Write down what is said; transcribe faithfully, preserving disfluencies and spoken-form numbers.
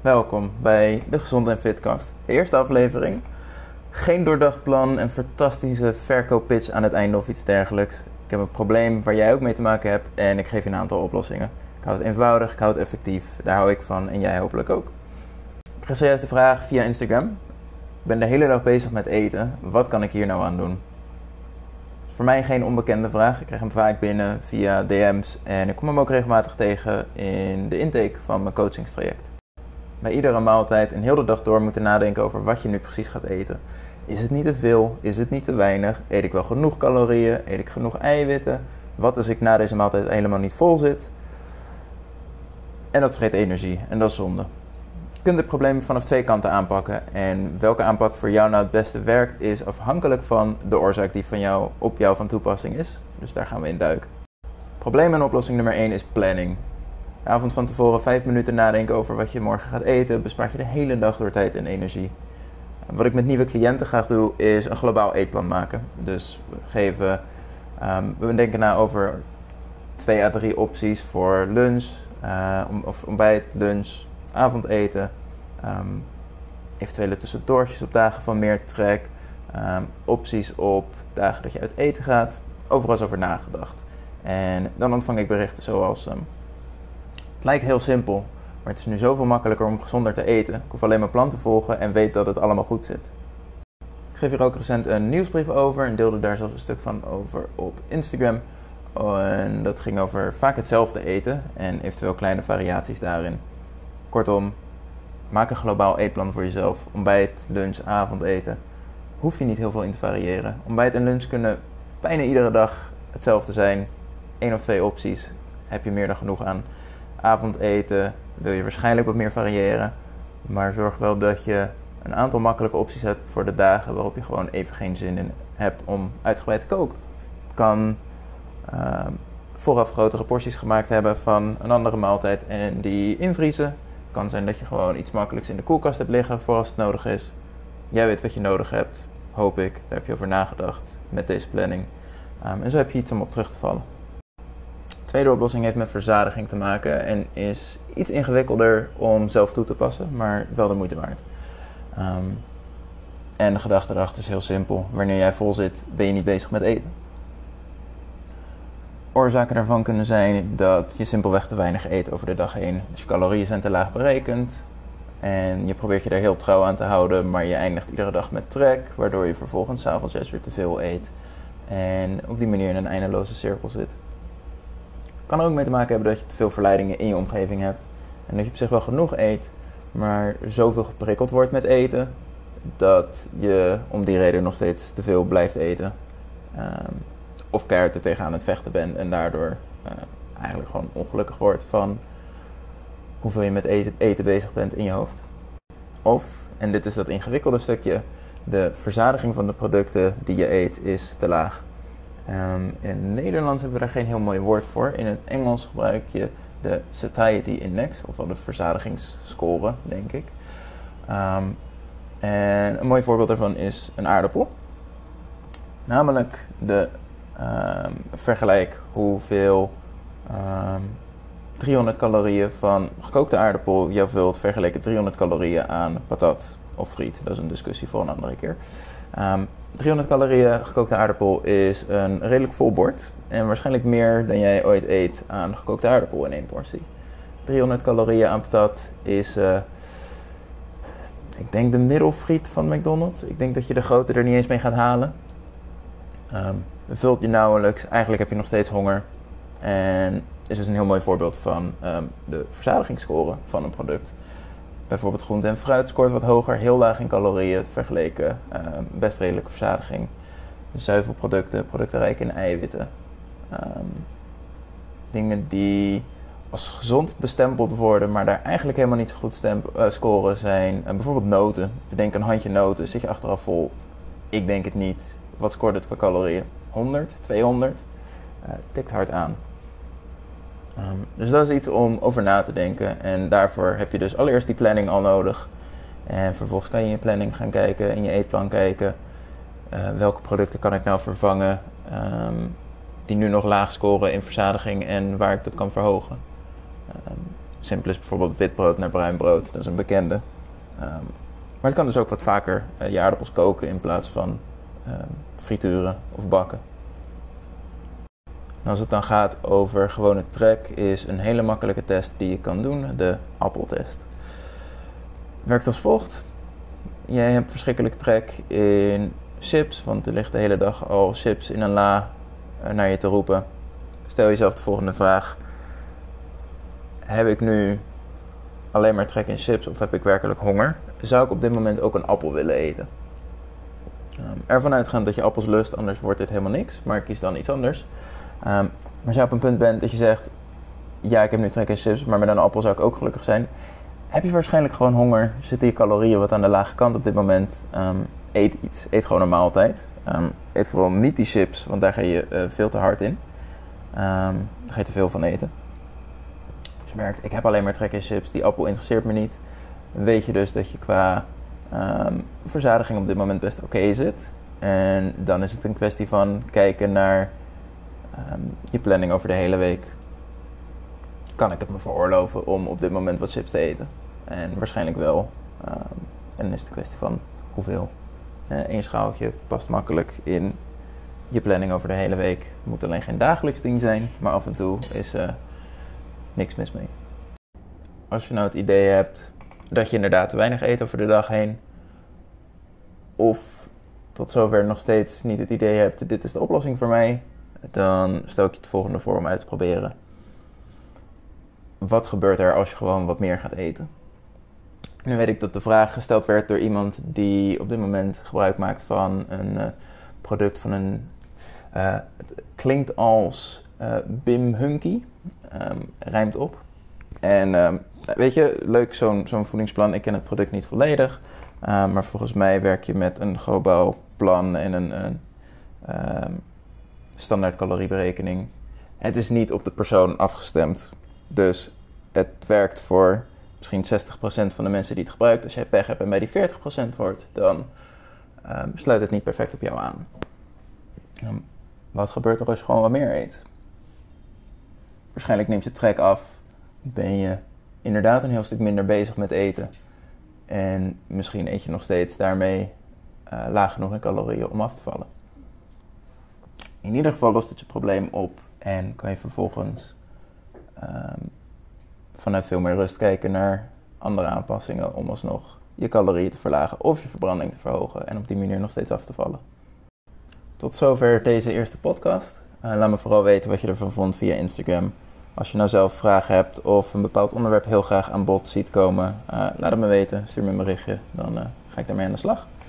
Welkom bij de Gezond en Fitcast. De eerste aflevering. Geen doordacht plan en fantastische verkooppitch aan het einde of iets dergelijks. Ik heb een probleem waar jij ook mee te maken hebt en ik geef je een aantal oplossingen. Ik hou het eenvoudig, ik hou het effectief. Daar hou ik van en jij hopelijk ook. Ik kreeg zojuist de vraag via Instagram. Ik ben de hele dag bezig met eten. Wat kan ik hier nou aan doen? Dat is voor mij geen onbekende vraag. Ik krijg hem vaak binnen via D M's en ik kom hem ook regelmatig tegen in de intake van mijn coachingstraject. Bij iedere maaltijd en heel de dag door moeten nadenken over wat je nu precies gaat eten. Is het niet te veel? Is het niet te weinig? Eet ik wel genoeg calorieën? Eet ik genoeg eiwitten? Wat als ik na deze maaltijd helemaal niet vol zit? En dat vreet energie en dat is zonde. Je kunt het probleem vanaf twee kanten aanpakken. En welke aanpak voor jou nou het beste werkt is afhankelijk van de oorzaak die van jou op jou van toepassing is. Dus daar gaan we in duiken. Probleem en oplossing nummer één is planning. De avond van tevoren vijf minuten nadenken over wat je morgen gaat eten, bespaart je de hele dag door tijd en energie. Wat ik met nieuwe cliënten graag doe, is een globaal eetplan maken. Dus we geven, um, we denken na over twee à drie opties voor lunch, uh, of ontbijt, lunch, avondeten, um, eventuele tussendoortjes op dagen van meer trek, um, opties op dagen dat je uit eten gaat. Overal is over nagedacht. En dan ontvang ik berichten zoals... Um, Het lijkt heel simpel, maar het is nu zoveel makkelijker om gezonder te eten. Ik hoef alleen mijn plan te volgen en weet dat het allemaal goed zit. Ik schreef hier ook recent een nieuwsbrief over en deelde daar zelfs een stuk van over op Instagram. En dat ging over vaak hetzelfde eten en eventueel kleine variaties daarin. Kortom, maak een globaal eetplan voor jezelf. Ontbijt, lunch, avondeten. Hoef je niet heel veel in te variëren. Ontbijt en lunch kunnen bijna iedere dag hetzelfde zijn. Eén of twee opties, heb je meer dan genoeg aan. Avondeten wil je waarschijnlijk wat meer variëren, maar zorg wel dat je een aantal makkelijke opties hebt voor de dagen waarop je gewoon even geen zin in hebt om uitgebreid te koken. Het kan uh, vooraf grotere porties gemaakt hebben van een andere maaltijd en die invriezen. Het kan zijn dat je gewoon iets makkelijks in de koelkast hebt liggen voor als het nodig is. Jij weet wat je nodig hebt, hoop ik. Daar heb je over nagedacht met deze planning. Um, en zo heb je iets om op terug te vallen. De tweede oplossing heeft met verzadiging te maken en is iets ingewikkelder om zelf toe te passen, maar wel de moeite waard. Um, en de gedachte erachter is heel simpel. Wanneer jij vol zit, ben je niet bezig met eten. Oorzaken daarvan kunnen zijn dat je simpelweg te weinig eet over de dag heen. Dus je calorieën zijn te laag berekend en je probeert je daar heel trouw aan te houden, maar je eindigt iedere dag met trek, waardoor je vervolgens 's avonds juist weer te veel eet en op die manier in een eindeloze cirkel zit. Het kan ook mee te maken hebben dat je te veel verleidingen in je omgeving hebt. En dat je op zich wel genoeg eet, maar zoveel geprikkeld wordt met eten, dat je om die reden nog steeds te veel blijft eten. Um, of keihard er tegenaan het vechten bent en daardoor uh, eigenlijk gewoon ongelukkig wordt van hoeveel je met eten bezig bent in je hoofd. Of, en dit is dat ingewikkelde stukje, de verzadiging van de producten die je eet is te laag. Um, in het Nederlands hebben we daar geen heel mooi woord voor. In het Engels gebruik je de Satiety Index, ofwel de verzadigingsscore, denk ik. Um, en een mooi voorbeeld daarvan is een aardappel. Namelijk de um, vergelijk hoeveel um, driehonderd calorieën van gekookte aardappel je vult vergeleken driehonderd calorieën aan patat of friet. Dat is een discussie voor een andere keer. Um, driehonderd calorieën gekookte aardappel is een redelijk vol bord en waarschijnlijk meer dan jij ooit eet aan gekookte aardappel in één portie. driehonderd calorieën aan patat is, uh, ik denk de middelfriet van McDonald's. Ik denk dat je de grote er niet eens mee gaat halen. Um, vult je nauwelijks, eigenlijk heb je nog steeds honger en is dus een heel mooi voorbeeld van um, de verzadigingsscore van een product. Bijvoorbeeld groente en fruit scoort wat hoger, heel laag in calorieën vergeleken, uh, best redelijke verzadiging. Zuivelproducten, producten rijk in eiwitten. Um, dingen die als gezond bestempeld worden, maar daar eigenlijk helemaal niet zo goed stemp- uh, scoren zijn. Uh, bijvoorbeeld noten. Bedenk een handje noten, zit je achteraf vol? Ik denk het niet. Wat scoort het qua calorieën? honderd, tweehonderd? Uh, tikt hard aan. Um, dus dat is iets om over na te denken en daarvoor heb je dus allereerst die planning al nodig. En vervolgens kan je in je planning gaan kijken, in je eetplan kijken. Uh, welke producten kan ik nou vervangen um, die nu nog laag scoren in verzadiging en waar ik dat kan verhogen. Um, simpel is bijvoorbeeld witbrood naar bruin brood. Dat is een bekende. Um, maar het kan dus ook wat vaker uh, je aardappels koken in plaats van um, frituren of bakken. En als het dan gaat over gewone trek, is een hele makkelijke test die je kan doen, de appeltest. Werkt als volgt. Jij hebt verschrikkelijk trek in chips, want er ligt de hele dag al chips in een la naar je te roepen. Stel jezelf de volgende vraag. Heb ik nu alleen maar trek in chips of heb ik werkelijk honger? Zou ik op dit moment ook een appel willen eten? Um, ervan uitgaan dat je appels lust, anders wordt dit helemaal niks. Maar kies dan iets anders. Um, maar als je op een punt bent dat je zegt, ja, ik heb nu trek in chips, maar met een appel zou ik ook gelukkig zijn. Heb je waarschijnlijk gewoon honger, zitten je calorieën wat aan de lage kant op dit moment. Um, eet iets, eet gewoon een maaltijd. Um, eet vooral niet die chips, want daar ga je uh, veel te hard in. Um, daar ga je te veel van eten. Als je merkt, ik heb alleen maar trek in chips, die appel interesseert me niet. Dan weet je dus dat je qua um, verzadiging op dit moment best oké okay zit. En dan is het een kwestie van kijken naar um, je planning over de hele week. Kan ik het me veroorloven om op dit moment wat chips te eten? En waarschijnlijk wel. Um, en dan is het een kwestie van hoeveel. Eén uh, schaaltje past makkelijk in je planning over de hele week. Het moet alleen geen dagelijks ding zijn, maar af en toe is uh, niks mis mee. Als je nou het idee hebt dat je inderdaad te weinig eet over de dag heen, of tot zover nog steeds niet het idee hebt, dit is de oplossing voor mij, dan stel ik je het volgende voor om uit te proberen. Wat gebeurt er als je gewoon wat meer gaat eten? Nu weet ik dat de vraag gesteld werd door iemand die op dit moment gebruik maakt van een uh, product van een... Uh, het klinkt als uh, Bim Hunky. Um, rijmt op. En um, weet je, leuk zo'n, zo'n voedingsplan. Ik ken het product niet volledig. Uh, maar volgens mij werk je met een globaal plan en een, een um, standaard calorieberekening. Het is niet op de persoon afgestemd. Dus het werkt voor misschien zestig procent van de mensen die het gebruikt. Als jij pech hebt en bij die veertig procent hoort, dan um, sluit het niet perfect op jou aan. Um, wat gebeurt er als je gewoon wat meer eet? Waarschijnlijk neemt je trek af. Ben je inderdaad een heel stuk minder bezig met eten. En misschien eet je nog steeds daarmee uh, laag genoeg in calorieën om af te vallen. In ieder geval lost het je probleem op en kan je vervolgens um, vanuit veel meer rust kijken naar andere aanpassingen om alsnog je calorieën te verlagen of je verbranding te verhogen en op die manier nog steeds af te vallen. Tot zover deze eerste podcast. Uh, laat me vooral weten wat je ervan vond via Instagram. Als je nou zelf vragen hebt of een bepaald onderwerp heel graag aan bod ziet komen, uh, laat het me weten. Stuur me een berichtje, dan uh, ga ik daarmee aan de slag.